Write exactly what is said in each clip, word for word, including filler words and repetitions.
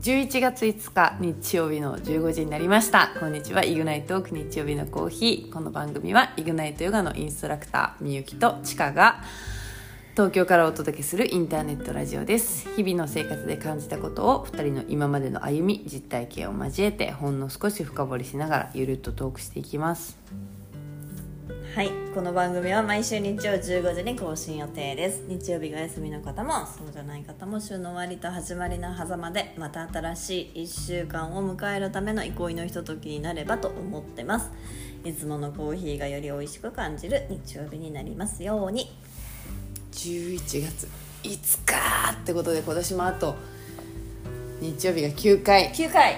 じゅういちがついつか日曜日のじゅうごじになりました。こんにちは。イグナイトーク日曜日のコーヒー。この番組はイグナイトヨガのインストラクターみゆきとちかが東京からお届けするインターネットラジオです。日々の生活で感じたことをふたりの今までの歩み、実体験を交えてほんの少し深掘りしながらゆるっとトークしていきます。 はい、この番組は毎週日曜じゅうごじに更新予定です。日曜日が休みの方もそうじゃない方も週の終わりと始まりの狭間でまた新しいいっしゅうかんを迎えるための憩いのひとときになればと思ってます。いつものコーヒーがより美味しく感じる日曜日になりますように。 じゅういちがついつかってことで今年もあと日曜日がきゅうかいきゅうかい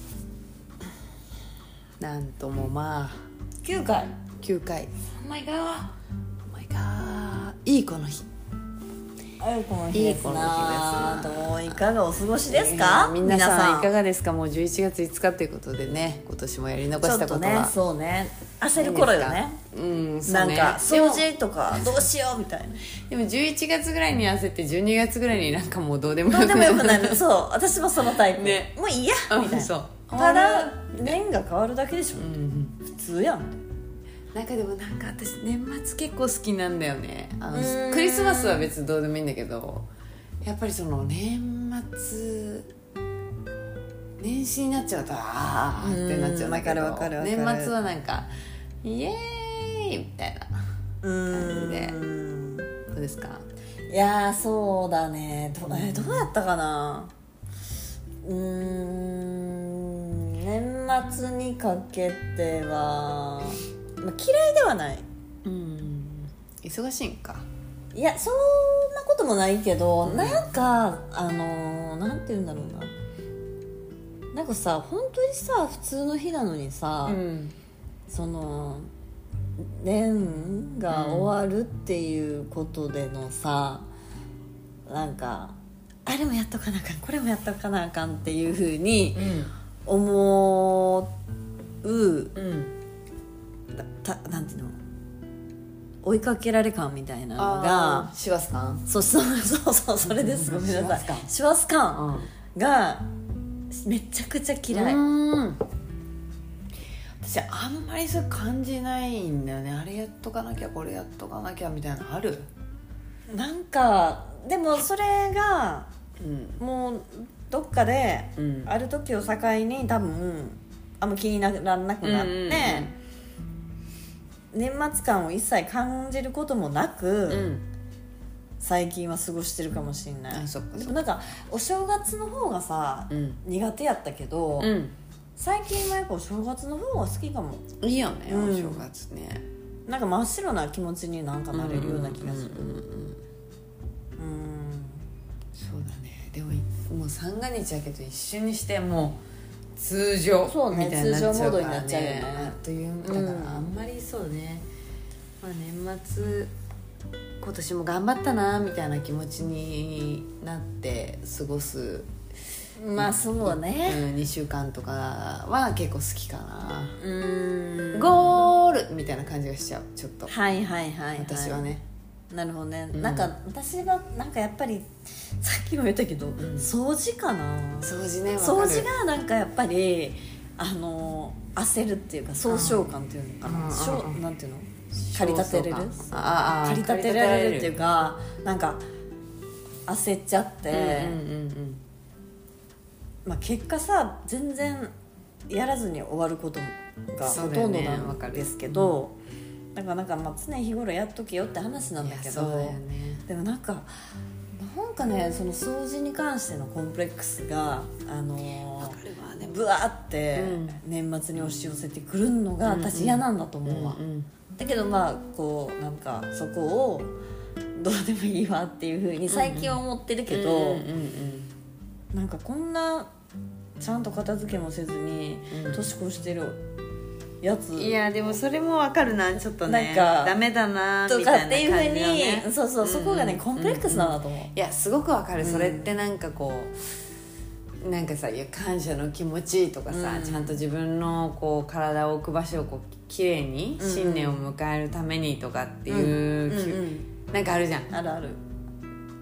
なんともまあきゅうかいきゅうかいオーマイガーオーマイガーいい子の日あいこの日ですな。 いい子の日ですな。 どういかがお過ごしですか、 えー、皆さんいかがですか。もうじゅういちがついつかということでね、今年もやり残したことはちょっとね、そうね、焦る頃よね。 うんそうね、 なんか掃除とかどうしようみたいな。 でもじゅういちがつぐらいに焦ってじゅうにがつぐらいになんかもうどうでもどうでもよくなるる。そう、私もそのタイプ、 ね、 もういいやみたいな。 そうただ年が変わるだけでしょ、うん、普通やん。 なんかでもなんか私年末結構好きなんだよね。あのクリスマスは別にどうでもいいんだけど、やっぱりその年末年始になっちゃうとあーってなっちゃうんだけど、 わかるわかるわかる。 年末はなんかイエーイみたいな感じで。どうですか。 いやそうだね、 ど, えどうやったかな。うーん年末にかけては、まあ、嫌いではない。 うん忙しいんか。 いやそんなこともないけど、うん、なんかあのー、なんて言うんだろうな、なんかさ本当にさ普通の日なのにさ、うん、その年が終わるっていうことでのさ、うん、なんかあれもやっとかなあかんこれもやっとかなあかんっていう風に思う、うん、たなんていうの追いかけられ感みたいなのが師走感。 そうそうそうそうそれです。ごめんなさい。師走感がめちゃくちゃ嫌い。 うん私あんまりそう感じないんだよね。あれやっとかなきゃこれやっとかなきゃみたいなのある。 なんかでもそれが、うん、もうどっかで、うん、ある時を境に多分あんま気にならなくなって、うんうんうん、年末感を一切感じることもなく、うん、最近は過ごしてるかもしれない。あ、そっかそっか。でもなんかお正月の方がさ、うん、苦手やったけど、うん、最近はやっぱお正月の方が好きかも。いいよね、うん、お正月ね。 なんか真っ白な気持ちになんかなれるような気がする。うん、うんうん、 そうだね。でももう三が日やけど一瞬にしてもう通常そう、ね、 みたいになっちゃうからね。 通常モードになっちゃうよね。 あっというだからあんまりそうね、まあ、年末今年も頑張ったなみたいな気持ちになって過ごす、 まあそうね、 うん、にしゅうかんとかは結構好きかな。うーんゴールみたいな感じがしちゃう。ちょっとはいはいはい、はい、 私はね。 なるほどね、うん、なんか私はなんかやっぱりさっきも言ったけど、うん、掃除かな。 掃除ね、 掃除がなんかやっぱりあの焦るっていうか総称感っていうのかな、うん、なんていうの、駆り立てれるああ駆り立てられるっていうか、なんか焦っちゃって、うんうんうんうんまあ、結果さ全然やらずに終わることがほとんどなんですけど、だからなんかまあ常日頃やっとけよって話なんだけど、ね、でもなんかなんかねその掃除に関してのコンプレックスがあのー、ブワーって年末に押し寄せてくるのが私嫌なんだと思うわ、うんうんうん、だけどまあこうなんかそこをどうでもいいわっていう風に最近は思ってるけど、うんうんうんうん、なんかこんなちゃんと片付けもせずに年越してるやつ、 いやでもそれもわかるな、ちょっとね、なんかダメだなみたいな感じの、ね、 とかっていう風にそうそう、うん、そこがねコンプレックスだなと思う、うんうん、 いやすごくわかる、うん、それってなんかこうなんかさ感謝の気持ちとかさ、うん、ちゃんと自分のこう体を置く場所をこうきれいに新年を迎えるためにとかっていう、うんうん、なんかあるじゃん。 あるある。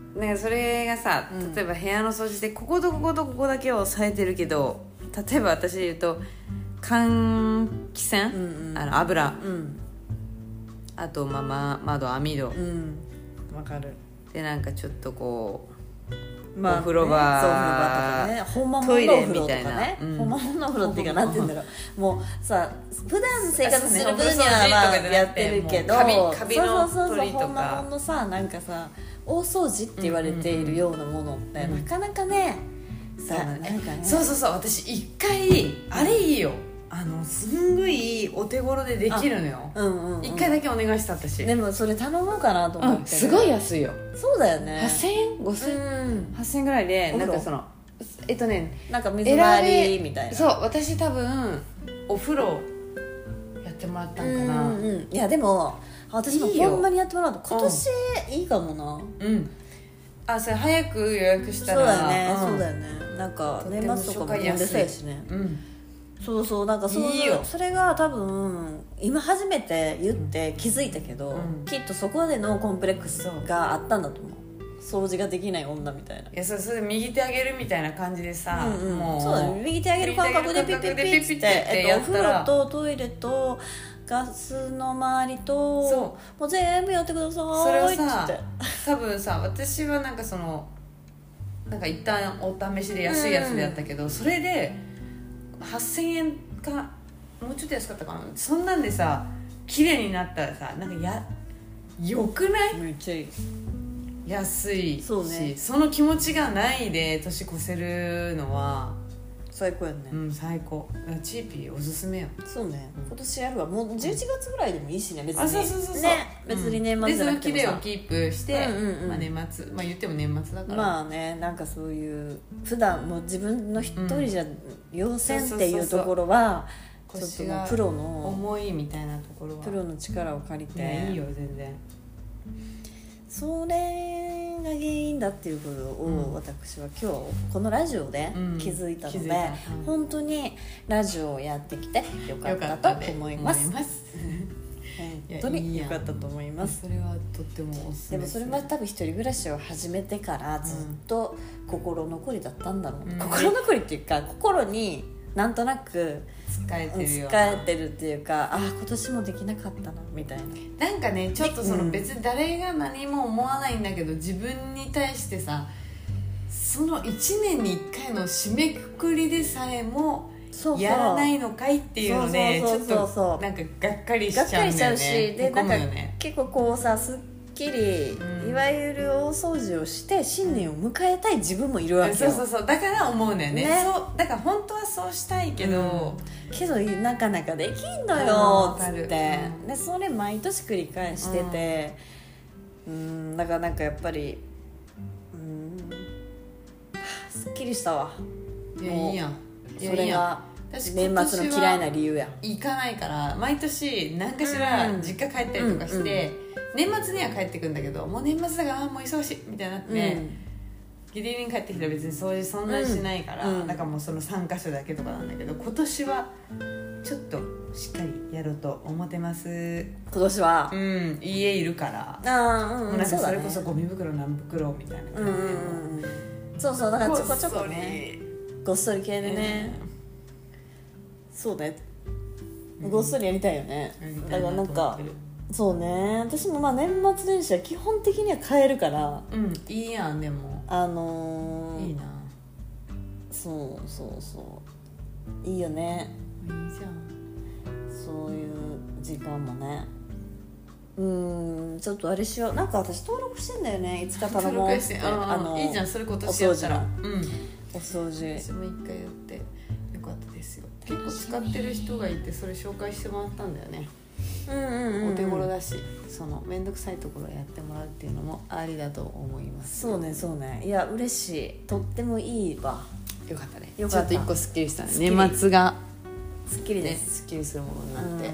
なんかそれがさ、 うん例えば部屋の掃除でこことこことここだけを押さえてるけど、例えば私で言うと換気扇、 うんうん、 あの油、 うんあとまあまあ窓網戸、 うんわかる。 でなんかちょっとこう、 まあ、 お風呂場、 そうお風呂場とかね、ほんまものトイレお風呂とかみたいなね、 うんほんまものお風呂っていうかなんて言うんだろう、もうさ普段生活する分にそうねはまあお風呂掃除とかじゃなくてやってるけど、 もうカビカビのそうそうそう取りとかほんまものさなんかさ大掃除って言われているようなものって、 うんうんなかなかねさそうだねなんかねそうそうそう、私一回あれいいよ、あのすんごいお手頃でできるのよ。 うんうんうん、 一回だけお願いした私。 でもそれ頼もうかなと思って、 うん、すごい安いよ。 そうだよねはっせんえんごせんえん、 うんはっせんえんぐらいでお風呂なんかそのえっとねなんか水回りみたいな。 そう私多分お風呂やってもらったんかな。 うんうんうん、いやでも私もいいよほんまにやってもらうと今年いいかもな。 うんあそれ早く予約したらそうだよね、 んそうだよね。なんかとっても年末とかも飛んでそうやしね。 うんそうそうなんかそういいよそれが多分今初めて言って気づいたけど、 うんきっとそこでのコンプレックスがあったんだと思う。掃除ができない女みたいな。 いやそれそれで右手上げるみたいな感じでさ、 うんうん、 もうそうだね、右手上げる感覚でピッピッピッって、えっと、お風呂とトイレとガスの周りとそもう全部やってくださそれをいっつさって多分さ私はなんかそのなんか一旦お試しで安いやつでやったけど、うん、それではっせんえんかもうちょっと安かったかな、そんなんでさ綺麗になったらさなんかやよくない？ めっちゃいい。 安いしそうねその気持ちがないで年越せるのは最高やんね、 うん最高。チーピーおすすめよ。 そうね、 うん今年やるわ。もうじゅういちがつぐらいでもいいしね、別に。 あそうそうそうそう、 ね、別に年末じゃなくてもさ、 でその綺麗をキープして、 うんうんうんまあ、年末まあ言っても年末だからまあね、なんかそういう普段もう自分の一人じゃ要せんっていうところはちょっともうプロの重いみたいなところはプロの力を借りて、 ねいいよ全然。 それが原因だっていうことを私は今日このラジオで気づいたので、 うん気づいたうん本当にラジオをやってきてよかったと思います本当によかったと思います。 それはとってもおすすめです。 でもそれは多分一人暮らしを始めてからずっと心残りだったんだろう、ねうん、心残りっていうか心になんとなく使えてるよ使えてるっていうか、あ今年もできなかったなみたいな。 なんかねちょっとそのうん別に誰が何も思わないんだけど自分に対してさそのいちねんにいっかいの締めくくりでさえもそうそうやらないのかいっていうのでちょっそうそうそうそうとなんかがっかりしちゃがっかりしちゃうし、 うんだよね。 でなんかへこむよね結構こうさすっきり、 うんいわゆる大掃除をして新年を迎えたい自分もいるわけよ。 そうそうそうだから思うんだよねねそうだから本当はそうしたいけど、 けどなかなかできんのうんよわかるっつって、でそれ毎年繰り返してて、うんだからなんかやっぱりうんすっきりしたわ。 いやもういいやんいやそれいいやんが私年末の嫌いな理由や。 行かないから毎年何かしらうん実家帰ったりとかして、年末には帰ってくんだけどもう年末だからあーもう忙しいみたいになって、 うんギリギリに帰ってきたら別に掃除そんなにしないから、 うんだからもうそのさんかしょだけとかなんだけど今年はちょっとしっかりやろうと思ってます今年は、 うん家いるから、 あーうんもううんそうだねなんかそれこそゴミ袋何袋みたいな感じで、 うんうんうんそうそうだからちょこちょこねごっそり系でね、そうねごっそりやりたいよね、だからなんかそうね私もまあ年末年始は基本的には買えるからうんいいやんでもあのー、 いいなそうそうそういいよねいいじゃんそういう時間もねうーんちょっとあれしようなんか私登録してんだよねいつか頼もうっつってああのいいじゃんそれ今年やったらお掃うんお掃除私も一回やってよかったですよ結構使ってる人がいてそれ紹介してもらったんだよねうんうんうんうんお手頃だしその面倒くさいところやってもらうっていうのもありだと思いますそうねそうねいや嬉しいとってもいいわよかったねよかったちょっと一個すっきりしたねすっきり年末がすっきりでねす、 すっきりするものになって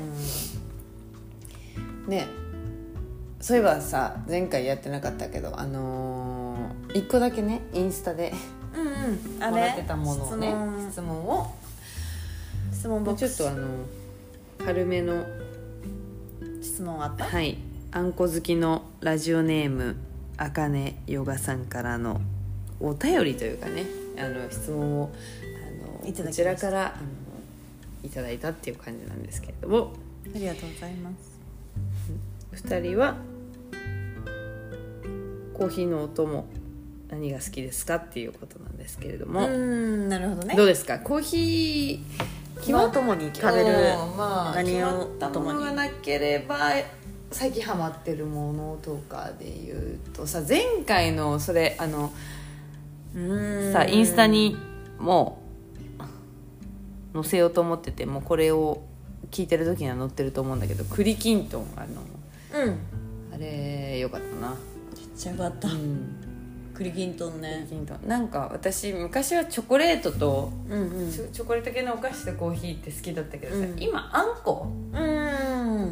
うんねそういえばさ前回やってなかったけどあのー、一個だけねインスタでうんうんあれもらってたものをね質問質問を質問ボックスちょっとあの軽めの質問あったはいあんこ好きのラジオネームあかねヨガさんからのお便りというかね、あの質問をあのこちらからあのいただいたっていう感じなんですけれども、 ありがとうございます。 ふたりはコーヒーのお供何が好きですかっていうことなんですけれども、 うーん、なるほどね。 どうですかコーヒー決まっともに食べる、 まあ、 何を決まったものがなければ最近ハマってるものとかで言うとさ、前回のそれあのうーんさインスタにもう載せようと思ってて、もうこれを聞いてる時には載ってると思うんだけど、栗きんとん、あの、 うん、 あれよかったな。 めっちゃよかった、うん、栗きんとんね。 栗きんとんなんか私昔はチョコレートと、 うんうん、 チョ、チョコレート系のお菓子とコーヒーって好きだったけどさ、うん、今あんこ、 うん、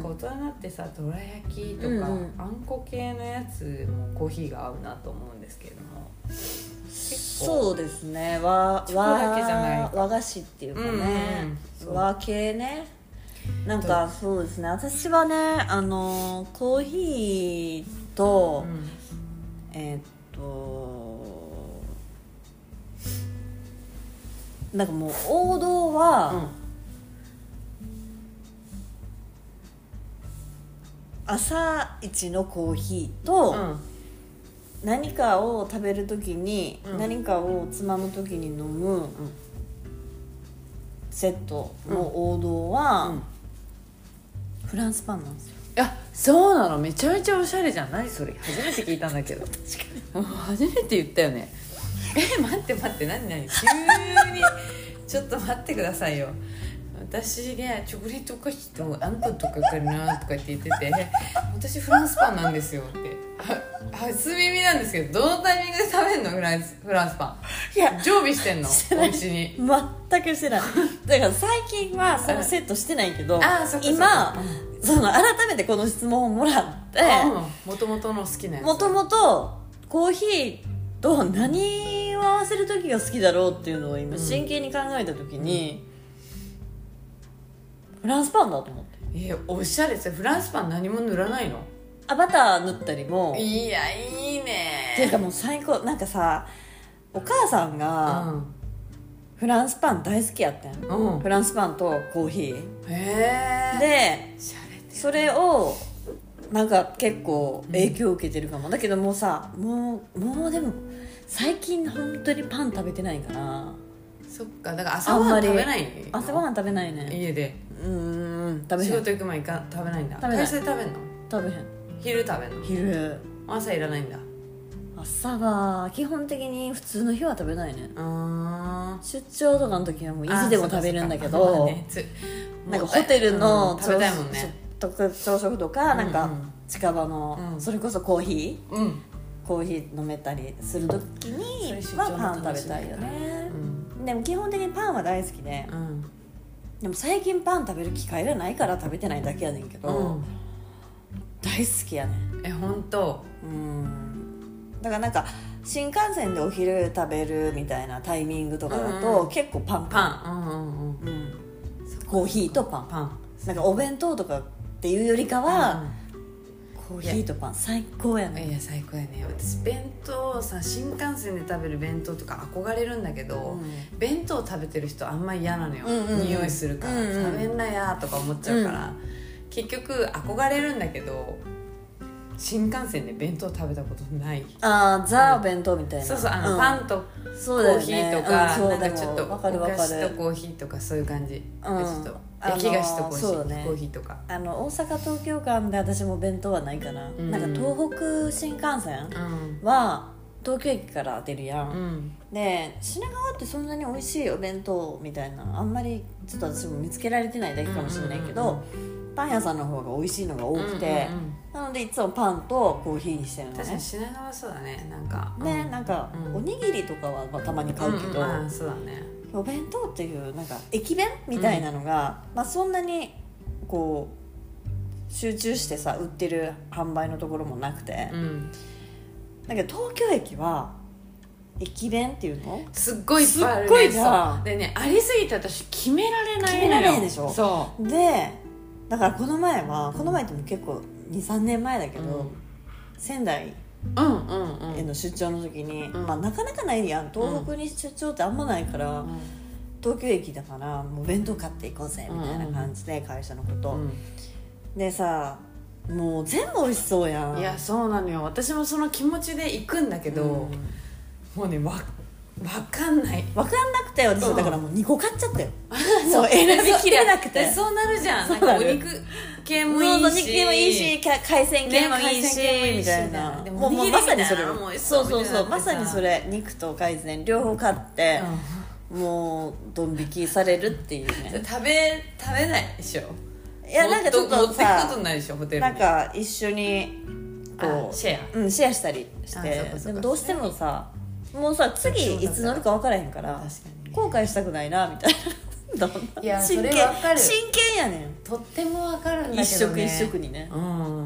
大人になってさどら焼きとか、 うんうん、 あんこ系のやつもコーヒーが合うなと思うんですけれども、 そうですね、和チョコだけじゃない和菓子っていうかね、うんうん、和系ね。なんかそうですね、私はね、あのコーヒーと、うん、えー、っとなんかもう王道は、うん、朝一のコーヒーと、うん、何かを食べるときに、うん、何かをつまむときに飲む、うん、セットの王道は、うん、フランスパンなんですよ。 いや、そうなの、めちゃめちゃおしゃれじゃん。何それ、初めて聞いたんだけど初めて言ったよね。え、待って待って、何何急にちょっと待ってくださいよ。私ね、チョコレートお菓子とあんことかかなとかって言ってて私フランスパンなんですよって初耳なんですけど、どのタイミングで食べるのフランス、フランスパン。いや、常備してんのお家に。 全くしてない。だから最近はそのセットしてないけど、 あ、そっかそっか、 今、うん、その改めてこの質問をもらって、 もともとの好きなやつ、 もともとコーヒーと何を合わせる時が好きだろうっていうのを今真剣に考えた時に、うん、フランスパンだと思って。 え、おしゃれですよ。フランスパン何も塗らないの？ あ、バター塗ったりも。 いや、いいね。 ていうかもう最高。なんかさ、お母さんがフランスパン大好きやってん、うん、フランスパンとコーヒー。 へー。 で、それをなんか結構影響を受けてるかも、うん、だけどもうさ、もうもうでも最近本当にパン食べてないかな。 そっか、だから朝ごはん食べない？ 朝ごはん食べないね、 家で。 うーん、食べへん。 仕事行く前か食べないんだ。 食べない。 会社で食べんの？ 食べへん。 昼食べんの？ 昼。 朝いらないんだ。 朝は基本的に普通の日は食べないね。 あ、 出張とかの時はもういつでも食べるんだけど、ね、なんかホテルの、 うん、食べたいもんね、 朝食とか、なんか近場の、うん、それこそコーヒー、うん、コーヒー飲めたりする時にはパン食べたいよね、うん、でも基本的にパンは大好きで、うん、でも最近パン食べる機会がないから食べてないだけやねんけど、うん、大好きやねん。 え、本当？ うん。だからなんか新幹線でお昼食べるみたいなタイミングとかだと、うん、結構パンパン、うんうんうんうん、コーヒーとパン、パンなんかお弁当とかっていうよりかは、うん、コーヒーとパン最高やね。 いや最高やね。私弁当さ、新幹線で食べる弁当とか憧れるんだけど、うん、弁当食べてる人あんまり嫌なのよ、うんうんうん、匂いするから、うんうん、食べんなやとか思っちゃうから、うん、結局憧れるんだけど新幹線で弁当食べたことない。 ああ、ザ弁当みたいな。 そうそう、あの、うん、パンとコーヒーとか、うん、なんかちょっとお菓子とコーヒーとかそういう感じ、うん、ちょっと焼き菓子とコーヒー、ね、コーヒーとか。 あの大阪東京間で私も弁当はないかな、うん、なんか東北新幹線は東京駅から出るやん、うん、で品川ってそんなに美味しいお弁当みたいなあんまりちょっと私も見つけられてないだけかもしれないけど、うんうんうん、パン屋さんの方が美味しいのが多くて、うんうんうん、なのでいつもパンとコーヒーにしてるのね。 確かに品川そうだね、なんかね、うん、なんか、うん、おにぎりとかはたまに買うけど、うんうん、そうだね、 お弁当っていうなんか駅弁みたいなのが、うん、まあ、そんなにこう集中してさ売ってる販売のところもなくて、うん、だけど東京駅は駅弁っていうのすっごいいっぱいあるね。 すっごいじゃん。 でね、ありすぎて私決められないのよ。 決められないでしょ。 そうでだからこの前はこの前っても結構 にさんねんまえだけど、うん、仙台への出張の時に、 うんまあ、なかなかないやん東北に出張ってあんまないから、うん、東京駅だからもう弁当買っていこうぜみたいな感じで会社のこと、うん、でさもう全部美味しそうやん。 いやそうなのよ、私もその気持ちで行くんだけど、うん、もうねわ分かんない分かんなくて私、うん、だからもうにこ買っちゃったよそう選びきれなくてそうなるじゃん。なんかお肉系もいいし、 お肉系もいいし海鮮系もいいし、ね、みたいな。でももうまさにそれそうそうそうまさにそれ肉と海鮮両方買って、うん、もうドン引きされるっていうね。 食べ食べないでしょ。 いやなんかちょっとさ持ってくことないでしょホテルに。 なんか一緒にこうシェアうんシェアしたりしてでもどうしてもさもうさ次いつ乗るか分からへんから後悔したくないなみたいないや真剣それ分かる真剣やねん。 とっても分かるんだけどね一食一食にね、 うん、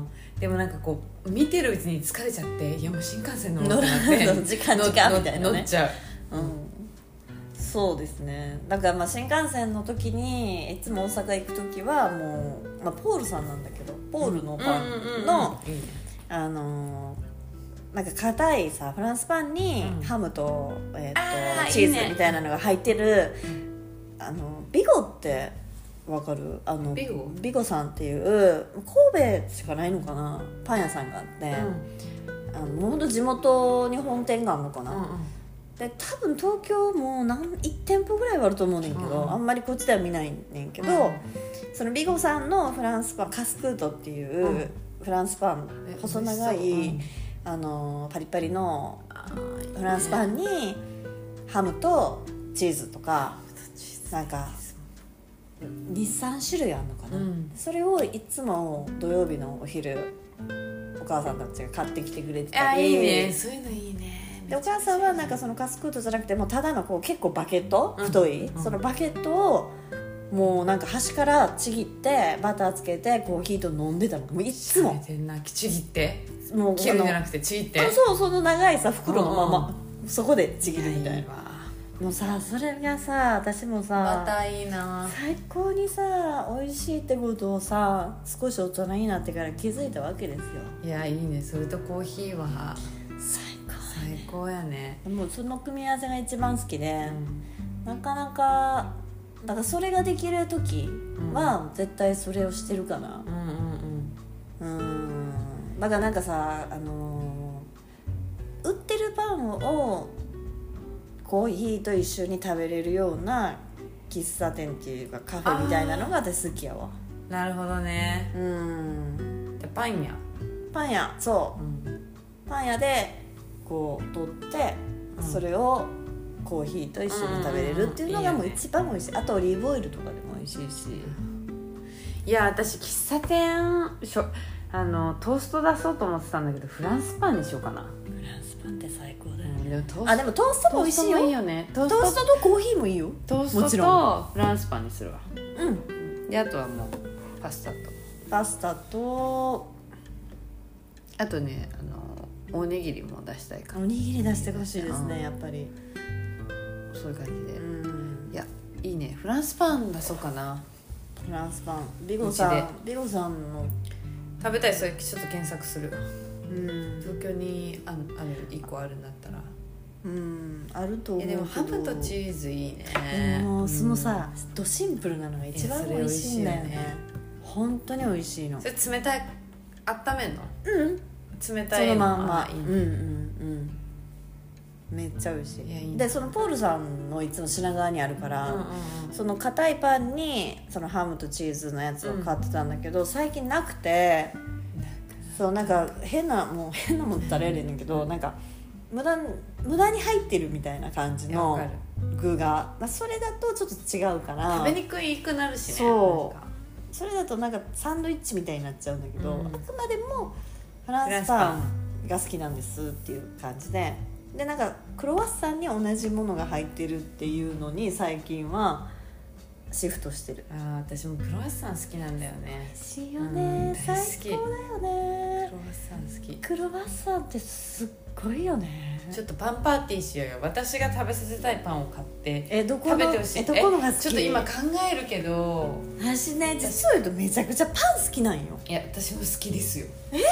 でもなんかこう見てるうちに疲れちゃっていやもう新幹線乗ろうってなって時間時間みたいなね乗っちゃう、 うん、そうですね。だからまあ新幹線の時にいつも大阪行く時はもう、まあ、ポールさんなんだけどポールのパンのあのーなんか硬いさフランスパンにハムと、うんえー、とチーズみたいなのが入ってる、いいね、あのビゴってわかる？あのビゴ？ ビゴさんっていう神戸しかないのかなパン屋さんがあって、うん、あのもうほんと地元に本店があるのかな、うんうん、で多分東京も何いち店舗ぐらいはあると思うねんけど、うん、あんまりこっちでは見ないねんけど、うん、そのビゴさんのフランスパンカスクートっていう、うん、フランスパン細長いあのパリパリのフランスパンにハムとチーズとかなんか にさん種類あるのかな、うん、それをいつも土曜日のお昼お母さんたちが買ってきてくれてたり。 いいねそういうのいいね。 でお母さんはなんかそのカスクートじゃなくてもうただのこう結構バケット、うん、太い、うん、そのバケットをもうなんか端からちぎってバターつけてコーヒーと飲んでたの。もういつもちぎってもう切るんじゃなくてちぎって、 あそうその長いさ袋のままそこでちぎるみたいな。もうさそれがさ私もさまたいいな最高にさ美味しいってことをさ少し大人になってから気づいたわけですよ。 いやいいねそれとコーヒーは最高最高やね。 もうその組み合わせが一番好きで、うん、なかなかだからそれができる時は絶対それをしてるかな。うんうんうんうんだからなんかさ、あのー、売ってるパンをコーヒーと一緒に食べれるような喫茶店っていうかカフェみたいなのが私好きやわ。 なるほどね。 うんでパン屋パン屋そう、うん、パン屋でこう取って、うん、それをコーヒーと一緒に食べれるっていうのがもう一番美味しい。あとオリーブオイルとかでも美味しいし。 いや私喫茶店しょあのトースト出そうと思ってたんだけどフランスパンにしようかな。フランスパンって最高だよね、うん、 でもトースあでもトーストも美味しいよ。 トーストもいいよね。トースト、 トーストとコーヒーもいいよ。 トーストとフランスパンにするわ。 うんであとはもうパスタとパスタとあとねあのおにぎりも出したいから。 おにぎり出してほしいですね、うん、やっぱりそういう感じで、うん、いやいいねフランスパン出そうかな。 フランスパンビゴさんビゴさんの食べたい。それちょっと検索する。 うん東京にあるいっこあるんだったらうんあると思うけど。 でもハムとチーズいいね。 でもそのさ、うん、ドシンプルなのが一番美味しいんだよね。本当に美味しいの。 それ冷たい温めんの？ うん冷たいそのまんまいい、 うんうんうんめっちゃ美味しい。 いやいいね。 でそのポールさんのいつも品川にあるから、 うんうんうん、 その硬いパンにそのハムとチーズのやつを買ってたんだけど、うん、最近なくてそうなんか変なもう変なもんって言ったらやれんねんけどなんか無駄無駄に入ってるみたいな感じの具がそれだとちょっと違うから食べにくいくなるしね。 そうそれだとなんかサンドイッチみたいになっちゃうんだけど、うん、あくまでもフランスパンが好きなんですっていう感じででなんかクロワッサンに同じものが入ってるっていうのに最近はシフトしてる。 あ私もクロワッサン好きなんだよね。 美味しいよね、うん、最高だよね。 クロワッサン好き。 クロワッサンってすっごいよね。 ちょっとパンパーティーしようよ。私が食べさせたいパンを買ってえどこの食べてほしい。 えどこのが好き？ ちょっと今考えるけど私ね実を言うとめちゃくちゃパン好きなんよ。 いや私も好きですよ。 え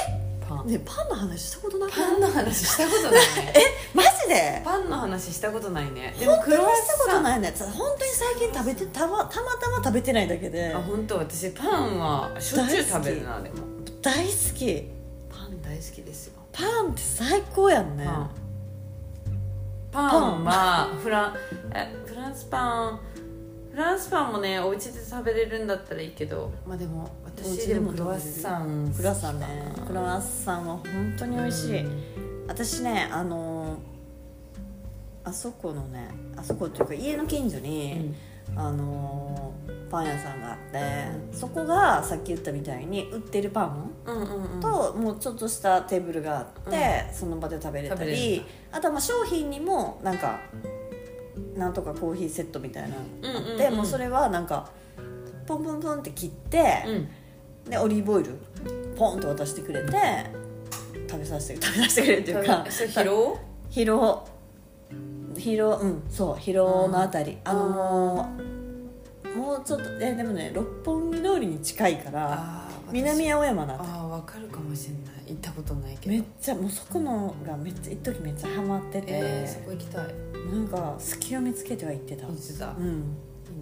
パンね、パンの話したことない？ パンの話したことないねえマジでパンの話したことないね。 でもクロワッサンしたことないね。本当に最近食べてたまたまたま食べてないだけで。 あ本当。私パンはしょっちゅう食べるな。でも大好き。 パン大好きですよ。 パンって最高やんね。 パンパンはフランえフランスパンフランスパンもねお家で食べれるんだったらいいけど、まあでも私でもクロワッサンクロワッサンねクロワッサンは本当に美味しい。私ねあのあそこのねあそこっていうか家の近所に、うん、あのパン屋さんがあって、うん、そこがさっき言ったみたいに売ってるパン、うんうんうん、ともうちょっとしたテーブルがあって、うん、その場で食べれたり、あとはまあ商品にもなんかなんとかコーヒーセットみたいなのがあって、うんうんうん、もうそれはなんかポンポンポンって切って、うん、でオリーブオイルポンと渡してくれて食べさせて食べさせてくれるっていうか疲労疲労疲労うんそう疲労のあたり、うん、あのもうもうちょっとえでもね六本木通りに近いから南青山なあ分かるかもしれない。行ったことないけどめっちゃもうそこのがめっちゃ一時めっちゃハマってて、 えー、そこ行きたい。 なんか隙を見つけては行ってた。 行ってた、 うん、いいね。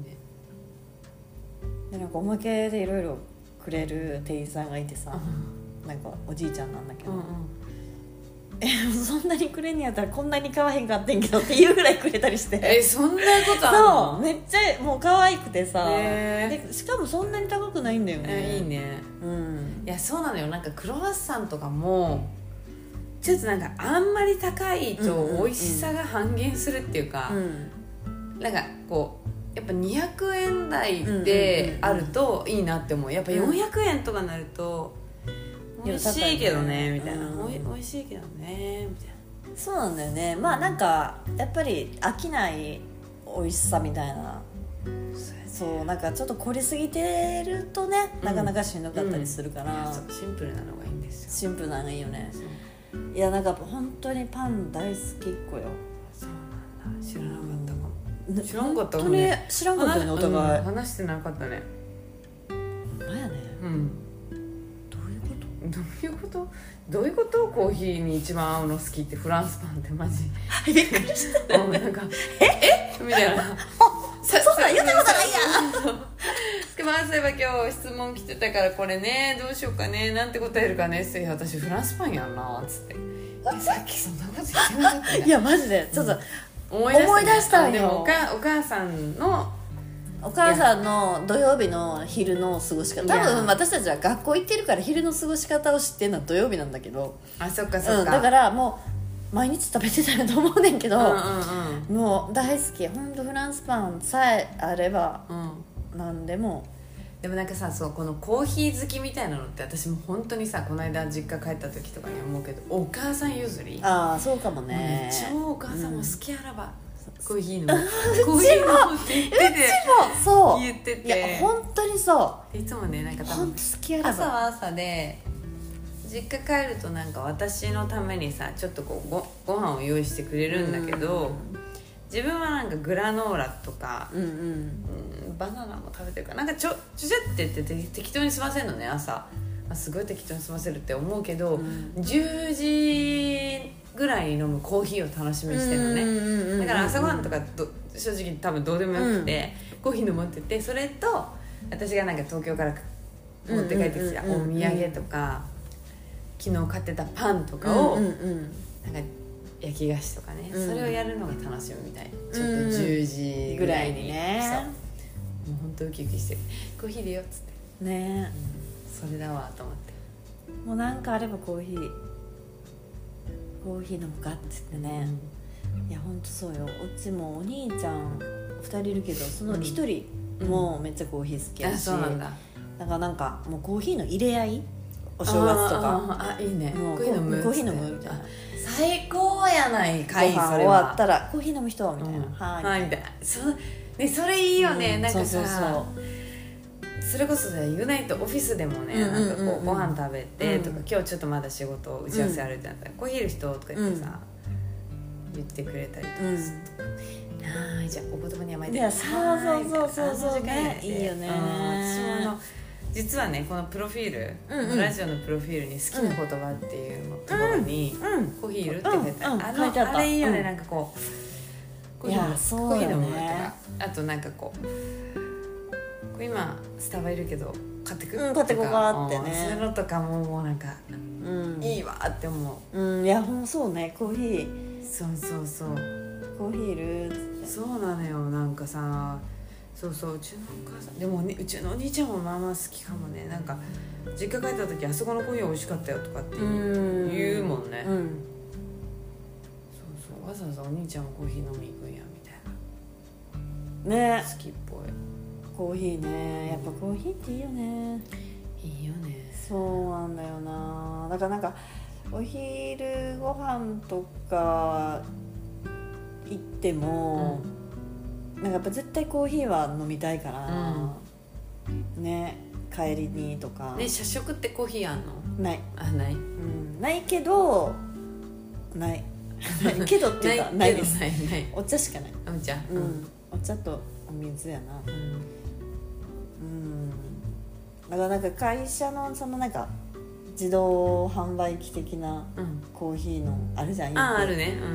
でなんかおまけでいろいろくれる店員さんがいてさ、うん、なんかおじいちゃんなんだけど、うんうん、えそんなにくれんやったらこんなに買わへんかってんけどっていうぐらいくれたりしてえそんなことあるの？ そうめっちゃもう可愛くてさ、でしかもそんなに高くないんだよね。 えいいね、うん、いやそうなのよ。なんかクロワッサンとかもちょっとなんかあんまり高いと美味しさが半減するっていうか、うんうんうん、なんかこうやっぱにひゃくえん台であるといいなって思う。やっぱよんひゃくえんとかになると美味しいけどねみたいな、うん、美味しいけどねみたいな。 そうなんだよね。まあなんかやっぱり飽きない美味しさみたいな、そうなんかちょっと凝りすぎてるとね、うん、なかなかしんどかったりするから、 うん、シンプルなのがいいんですよ。 シンプルなのがいいよね。いやなんか本当にパン大好きっ子よ。 そうなんだ。知らなかったかも、うん、知らんかったかもね。本当に知らんかったよねお互い、 うん、話してなかったね。 まやね。うんどういうことどういうことコーヒーに一番合うの好きってフランスパンってマジびっくりしたなんかええみたいなそそんなん言ったことないやんまあそういえば今日質問来てたからこれねどうしようかねなんて答えるかねって。私フランスパンやんなっつってさっきそんなこと言ってなかったいやマジでちょっと、 うん、思い出した、ね、 思い出したんよ。 でもお母、お母さんのお母さんの土曜日の昼の過ごし方、多分私たちは学校行ってるから昼の過ごし方を知ってるのは土曜日なんだけど、 あそっかそっか、 うん、だからもう毎日食べてたらと思うねんけど、うんうんうん、もう大好き。本当フランスパンさえあれば、うん、何でも。 でもなんかさそうこのコーヒー好きみたいなのって私も本当にさこの間実家帰った時とかに思うけどお母さん譲り。 ああそうかもね。 超お母さんも好きあらば、うん、コーヒーのコーヒーのって言ってて、うちもそう言ってて、 いや本当にそういつもねなんか多分好きあらば朝は朝で実家帰るとなんか私のためにさちょっとこう ご, ご飯を用意してくれるんだけど、自分はなんかグラノーラとか、うんうんうん、バナナも食べてるからなんかちょちょちょって言って適当に済ませるのね朝。すごい適当に済ませるって思うけど、うん、じゅうじぐらいに飲むコーヒーを楽しみにしてるのね、うんうんうんうん、だから朝ごはんとかど正直多分どうでもよくて、うん、コーヒー飲むって言ってそれと私がなんか東京から持って帰ってきたお土産とか、昨日買ってたパンとかを、うんうんうん、なんか焼き菓子とかね、うん、それをやるのが楽しみみたい、ちょっとじゅうじぐらいにね、そうもう本当ウキウキしてコーヒーでよっつってね、 うん、それだわと思って、 もうなんかあればコーヒーコーヒー飲むかっつってね、うん、いやほんとそうよ。うちもお兄ちゃんふたりいるけどそのひとりもめっちゃコーヒー好きやし、うん、あそうなんだ。 だからなんかもうコーヒーの入れ合いお正月とかあ, あ, あいいね、 もうコーヒー飲むコーヒー飲むみたいな、 最高やないかい。 ご飯終わったらコーヒー飲む人みたいな、うん、 はいみたいな、そ, ね、それいいよね、うん、なんかさそうそうそうそれこそさユナイトオフィスでもね、うんうんうんうん、なんかこうご飯食べてとか、うん、今日ちょっとまだ仕事打ち合わせあるってなったら、うん、コーヒーいる人とか言ってさ、うん、言ってくれたりとかすると、うん、はいじゃあお言葉に甘えて、 いやそうそうそうそうそうね、いいよね。 私もあの実はねこのプロフィール、 うんうん、 ラジオのプロフィールに好きな言葉っていうのところに、うん、コーヒーいるって書いてある、うんうん、あのあれいいよね、うん、なんかこうコーヒーの、コーヒーのものとかあとなんかこう、こう今スタバいるけど買ってく、 うん、買ってこかってね、 そういうのとかももうなんか、うん、いいわって思う、うん、いやほんそうねコーヒーそうそうそうコーヒーいるってそうなのよなんかさそうそううちのお母さんでも、ね、うちのお兄ちゃんもまあまあ好きかもねなんか実家帰った時あそこのコーヒー美味しかったよとかって言うもんね、うん、そうそうわざわざお兄ちゃんもコーヒー飲み行くんやみたいなね好きっぽいコーヒーねやっぱコーヒーっていいよねいいよねそうなんだよなだからなんかお昼ご飯とか行っても、うん、なんかやっぱ絶対コーヒーは飲みたいから、うん、ね帰りにとかね社食ってコーヒーあんのないあない、 うん、ないけどないないけどっていうかないないですないないお茶しかないお茶、 うん、お茶とお水やなうん、うん、だからなんか会社のそのなんか自動販売機的なコーヒーのあるじゃん、 うん、ああるね、うん、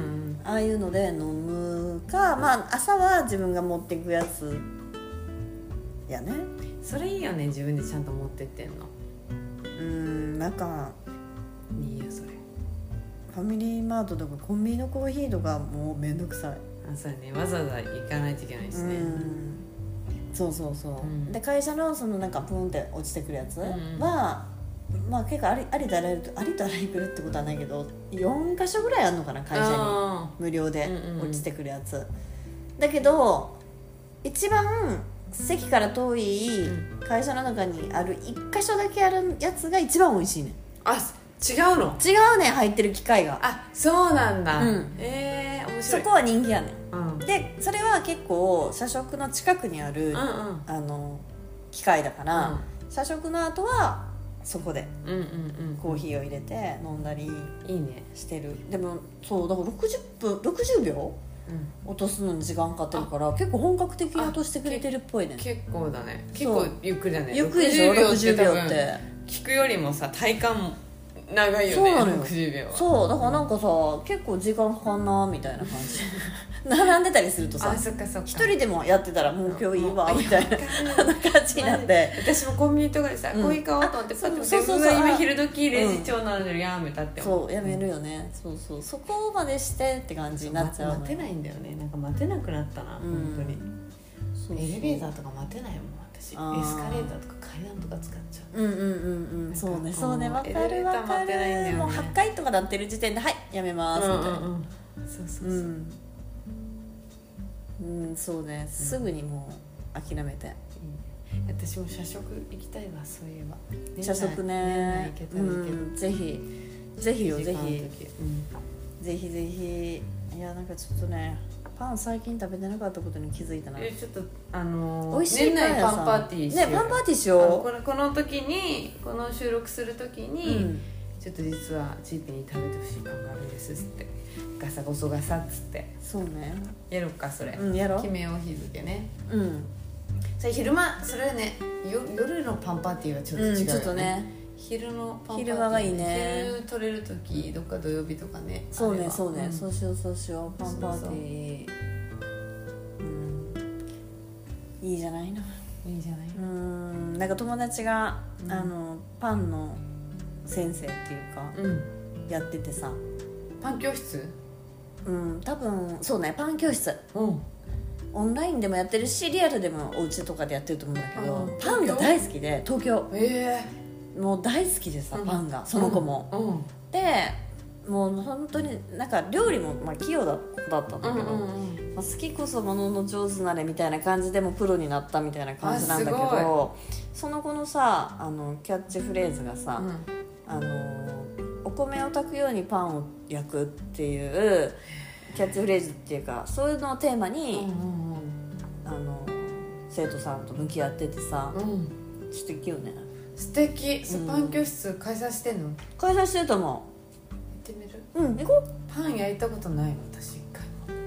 ああいうので飲むかまあ朝は自分が持っていくやつやねそれいいよね自分でちゃんと持ってってんのうんなんかいいよそれファミリーマートとかコンビニのコーヒーとかもうめんどくさいあそうねわざわざ行かないといけないですねうんそうそうそう、うん、で会社のそのなんかプンって落ちてくるやつは、うんまあ結構ありありとあらゆるありとあらゆるってことはないけどよんかしょぐらいあるのかな会社に無料で落ちてくるやつ、うんうん、だけど一番席から遠い会社の中にあるいっかしょだけあるやつが一番美味しいねあ違うの違うね入ってる機械があそうなんだ、 うん、 えー、面白いそこは人気やね、 うん、 でそれは結構社食の近くにある、うんうん、あの機械だから、うん、社食の後はそこでコーヒーを入れて飲んだりしてる、いいね、でもそうだからろくじゅっぷんろくじゅうびょう、うん、落とすのに時間かかってるから結構本格的に落としてくれてるっぽいね結構だね結構ゆっくりだねゆっくりでしょろくじゅうびょうって聞くよりもさ体感も長いよねそうなのよろくじゅうびょうはそうだからなんかさ結構時間かかんなみたいな感じ並んでたりするとさそっかそっか一人でもやってたらもう今日いいわみたいな感じになって私もコンビニとかでさ、うん、コーヒー買おうと思ってパッとそうそうそう今昼時レジ長なのにやめたってそうやめるよね、うん、そうそうそこまでしてって感じになっちゃう待てないんだよねなんか待てなくなったな、うん、本当にそうそうエレベーターとか待てないもん私エスカレーターとか階段とか使っちゃううんうんうんうんそうねそうね分かる分かる、ね、もうはちかいとかなってる時点ではいやめますみたいな、うんうんうん、そうそうそう、うんうん、そうねすぐにもう諦めて、 うん、私も社食行きたいわそういえば社食ね行けたらいいけど、 うん、ぜひぜひよぜひ、うん、ぜひぜひいやなんかちょっとねパン最近食べてなかったことに気づいたなえちょっとあのー、 美味しいパン屋さん年内パンパーティーしようねパンパーティーしようこの、この時にこの収録する時に、うん、ちょっと実はチーピに食べてほしいパンがあるんですってガサゴソガサっつってそうねやろうかそれ、 うん、やろう決めよう日付ねうんそれ昼間それねよ夜のパンパーティーはちょっと違うよね、うん、 ちょっとね昼のパンパーティー昼間がいいね昼取れる時どっか土曜日とかねそうねそうね、うん、そうしようそうしようパンパーティーいいじゃないのいいじゃないうんなんか友達が、うん、あのパンの先生っていうか、うん、やっててさパン教室うん多分そうねパン教室、うん、オンラインでもやってるしリアルでもお家とかでやってると思うんだけど、うん、パンが大好きで東京、 えー、もう大好きでさ、うん、パンがその子も、うんうん、でもう本当になんか料理もまあ器用だったんだけど、うんうんうんまあ、好きこそものの上手なれみたいな感じでもプロになったみたいな感じなんだけどその子のさあのキャッチフレーズがさ、うん、あのお米を炊くようにパンを焼くっていうキャッチフレーズっていうかそういうのをテーマに、うんうんうん、あの生徒さんと向き合っててさ、うん、素敵よね素敵、うん、パン教室開催してんの開催してると思う行ってみるうん行こうパン焼いたことない私一回も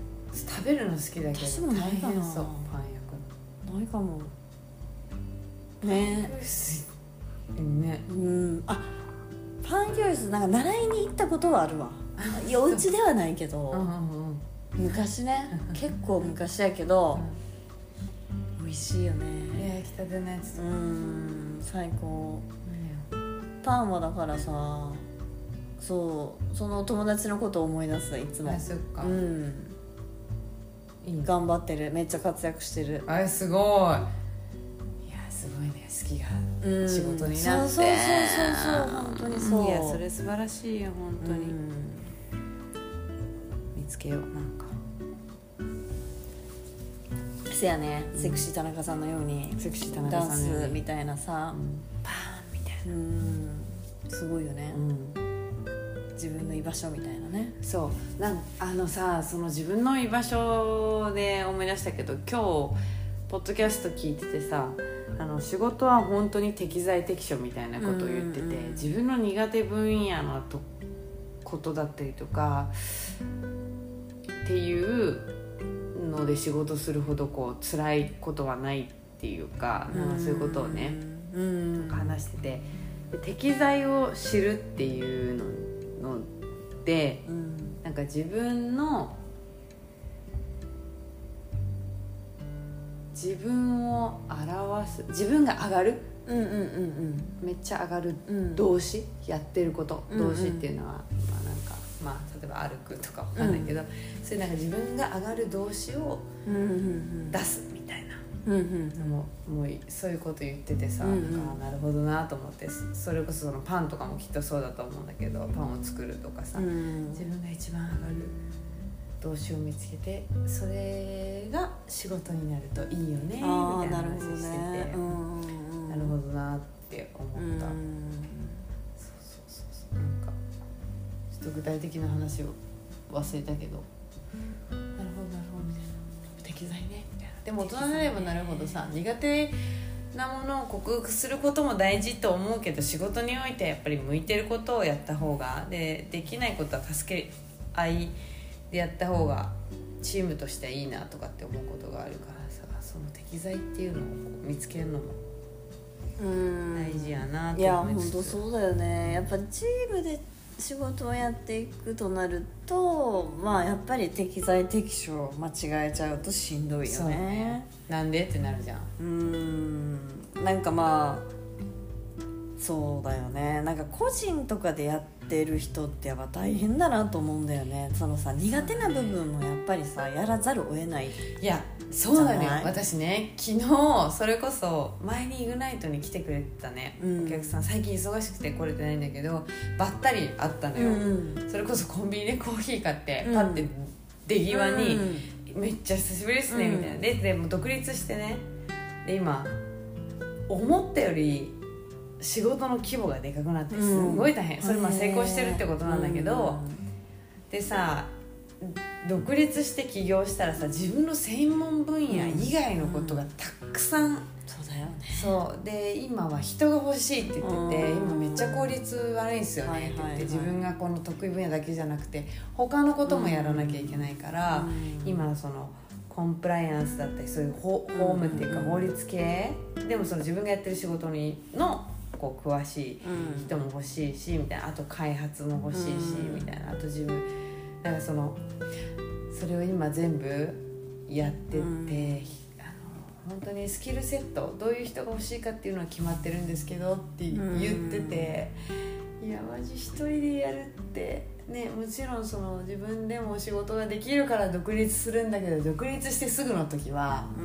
食べるの好きだけど私もないかな大変そうパン焼くのないかもね教室ね、 うん、あパン教室なんか習いに行ったことはあるわ。いやお家ではないけど、 うんうんうん、昔ね結構昔やけど、うん、美味しいよね。 いや焼きたてのやつとか、 うん最高。パンはだからさ、そうその友達のことを思い出すいつも。 あそっか、 うん、いい頑張ってる、めっちゃ活躍してる。 あれすごい。いやすごいね、好きが仕事になって、うん、 そうそうそうそうそう本当にそう。 いやそれ素晴らしいよ本当に、うん、見つけようなんか。 せやね、うん、セクシー田中さんのようにセクシー田中さんのようにダンスみたいなさ、 うん、パーンみたいな、 うん、すごいよね、 うん、 自分の居場所みたいなね。 そうなんあのさ、その自分の居場所で思い出したけど、今日ポッドキャスト聞いててさ、あの仕事は本当に適材適所みたいなことを言ってて、うんうんうん、自分の苦手分野のとことだったりとかっていうので仕事するほどこう辛いことはないっていうか、なんかそういうことをね、うん、とか話してて、で適材を知るっていうのので、うん、なんか自分の自分を表す、自分が上がる、 うんうんうんうん、 めっちゃ上がる動詞、うん、やってること動詞っていうのは、うんうん、まあなんかまあ例えば歩くとかわかんないけど、うん、そういうなんか自分が上がる動詞を出すみたいな、うんうんうん、もう、もうそういうこと言っててさ、うんうん、なるほどなと思って、それこそそのパンとかもきっとそうだと思うんだけど、パンを作るとかさ、うん、自分が一番上がる動詞を見つけて、それが仕事になるといいよねみたいな話してて、ね、うん、なるほどなって思った、うん、そうそうそうそう、なんかちょっと具体的な話を忘れたけど、なるほどなるほどみたいな、適材ねみたいな。でも大人になればなるほどさ、苦手なものを克服することも大事と思うけど、仕事においてやっぱり向いてることをやった方が、でできないことは助け合いでやった方がチームとしてはいいなとかって思うことがあるからさ、その適材っていうのをこう見つけるのも大事やなと思いつつ。いや本当そうだよね。やっぱりチームで仕事をやっていくとなると、まあやっぱり適材適所間違えちゃうとしんどいよね。そうね、 なんでってなるじゃん。 うーん、なんかまあそうだよね。なんか個人とかでやってる人ってやっぱ大変だなと思うんだよね。そのさ、苦手な部分もやっぱりさやらざるを得ない。いやそうだね。私ね、昨日それこそ前にイグナイトに来てくれてたね、うん、お客さん最近忙しくて来れてないんだけど、ばったり会ったのよ、うんうん、それこそコンビニでコーヒー買ってパッて出際に、うん、めっちゃ久しぶりですね、うん、みたいな。で、でも独立してね、で今思ったより仕事の規模がでかくなってすごい大変、うん、それまあ成功してるってことなんだけど、うん、でさ独立して起業したらさ、自分の専門分野以外のことがたくさん、うんうん、 そうだよね。 そうで今は人が欲しいって言ってて、今めっちゃ効率悪いんですよねって言って、自分がこの得意分野だけじゃなくて他のこともやらなきゃいけないから、うん、今そのコンプライアンスだったりそういう法務っていうか法律系でもその自分がやってる仕事にのこう詳しい人も欲しいしみたいな、あと開発も欲しいしみたいな、あと自分だからそのそれを今全部やってって、うん、あの本当にスキルセットどういう人が欲しいかっていうのは決まってるんですけどって言ってて、うん、いやマジ一人でやるってね、もちろんその自分でも仕事ができるから独立するんだけど、独立してすぐの時は、うん、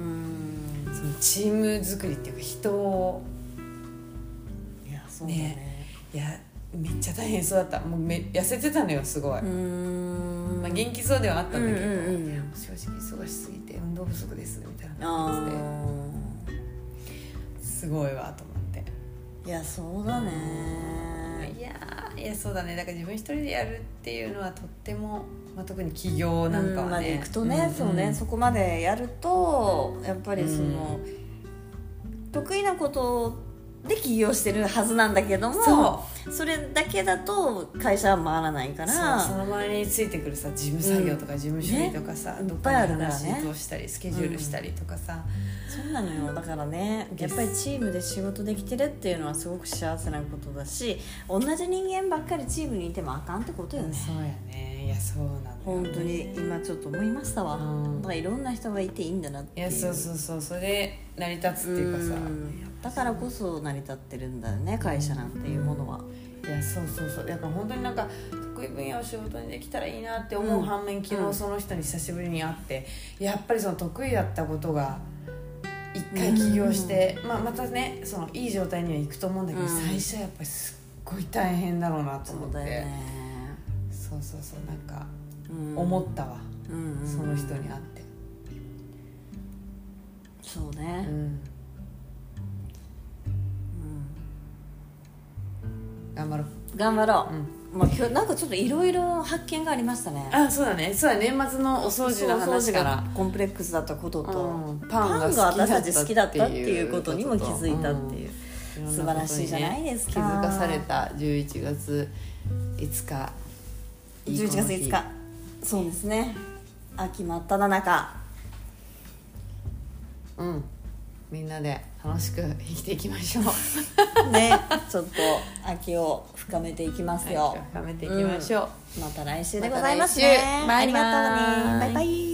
そのチーム作りっていうか人をいやそうだね、ね、 いやめっちゃ大変そうだった。もうめ痩せてたのよすごい。うーん、まあ、元気そうではあったんだけど、うんうんうん、いや正直忙しすぎて運動不足ですみたいな感じですごいわと思って。 いやそうだね、 いやいやそうだね。だから自分一人でやるっていうのはとっても、まあ、特に起業なんかはね、うんまで行くとね、うんうん、そうね、そこまでやるとやっぱりその、うん、得意なことで起業してるはずなんだけども、そそれだけだと会社は回らないから、 そう、その周りについてくるさ事務作業とか事務処理とかさ、 ね、 どっいっぱいあかにるからね話通したりスケジュールしたりとかさ、 うん、そうなのよ。だからねやっぱりチームで仕事できてるっていうのはすごく幸せなことだし、同じ人間ばっかりチームにいてもあかんってことよね。 そうやね。いやそうなんだよね、 本当に今ちょっと思いましたわ、うん、だからいろんな人がいていいんだなっていう。 いやそうそうそう、それで成り立つっていうかさ、 うんだからこそ成り立ってるんだよね、会社なんていうものは。 いやそうそうそう、だから本当になんか得意分野を仕事にできたらいいなって思う反面、うん、昨日その人に久しぶりに会って、やっぱりその得意だったことが一回起業して、うんまあ、またねそのいい状態には行くと思うんだけど、うん、最初はやっぱりすっごい大変だろうなと思って。そうだよね。そうそうそう、なんか思ったわ、うん、その人に会って。 そうね、 うん頑張ろう頑張ろう、うんまあ、今日なんかちょっといろいろ発見がありましたね。 あ、そうだね、そうだ、年末のお掃除の話からコンプレックスだったことと、 うん、 パンが私たち好きだったっていうことにも気づいたっていう、うん、素晴らしいじゃないですか。 気づかされたじゅういちがついつか、 じゅういちがついつか、そうですね、秋真っただ中、 うんみんなで楽しく生きていきましょうね、ちょっと秋を深めていきますよ。 秋を深めていきましょう、 うん、また来週でございますね。 また来週、 ありがとうね、バイバイ。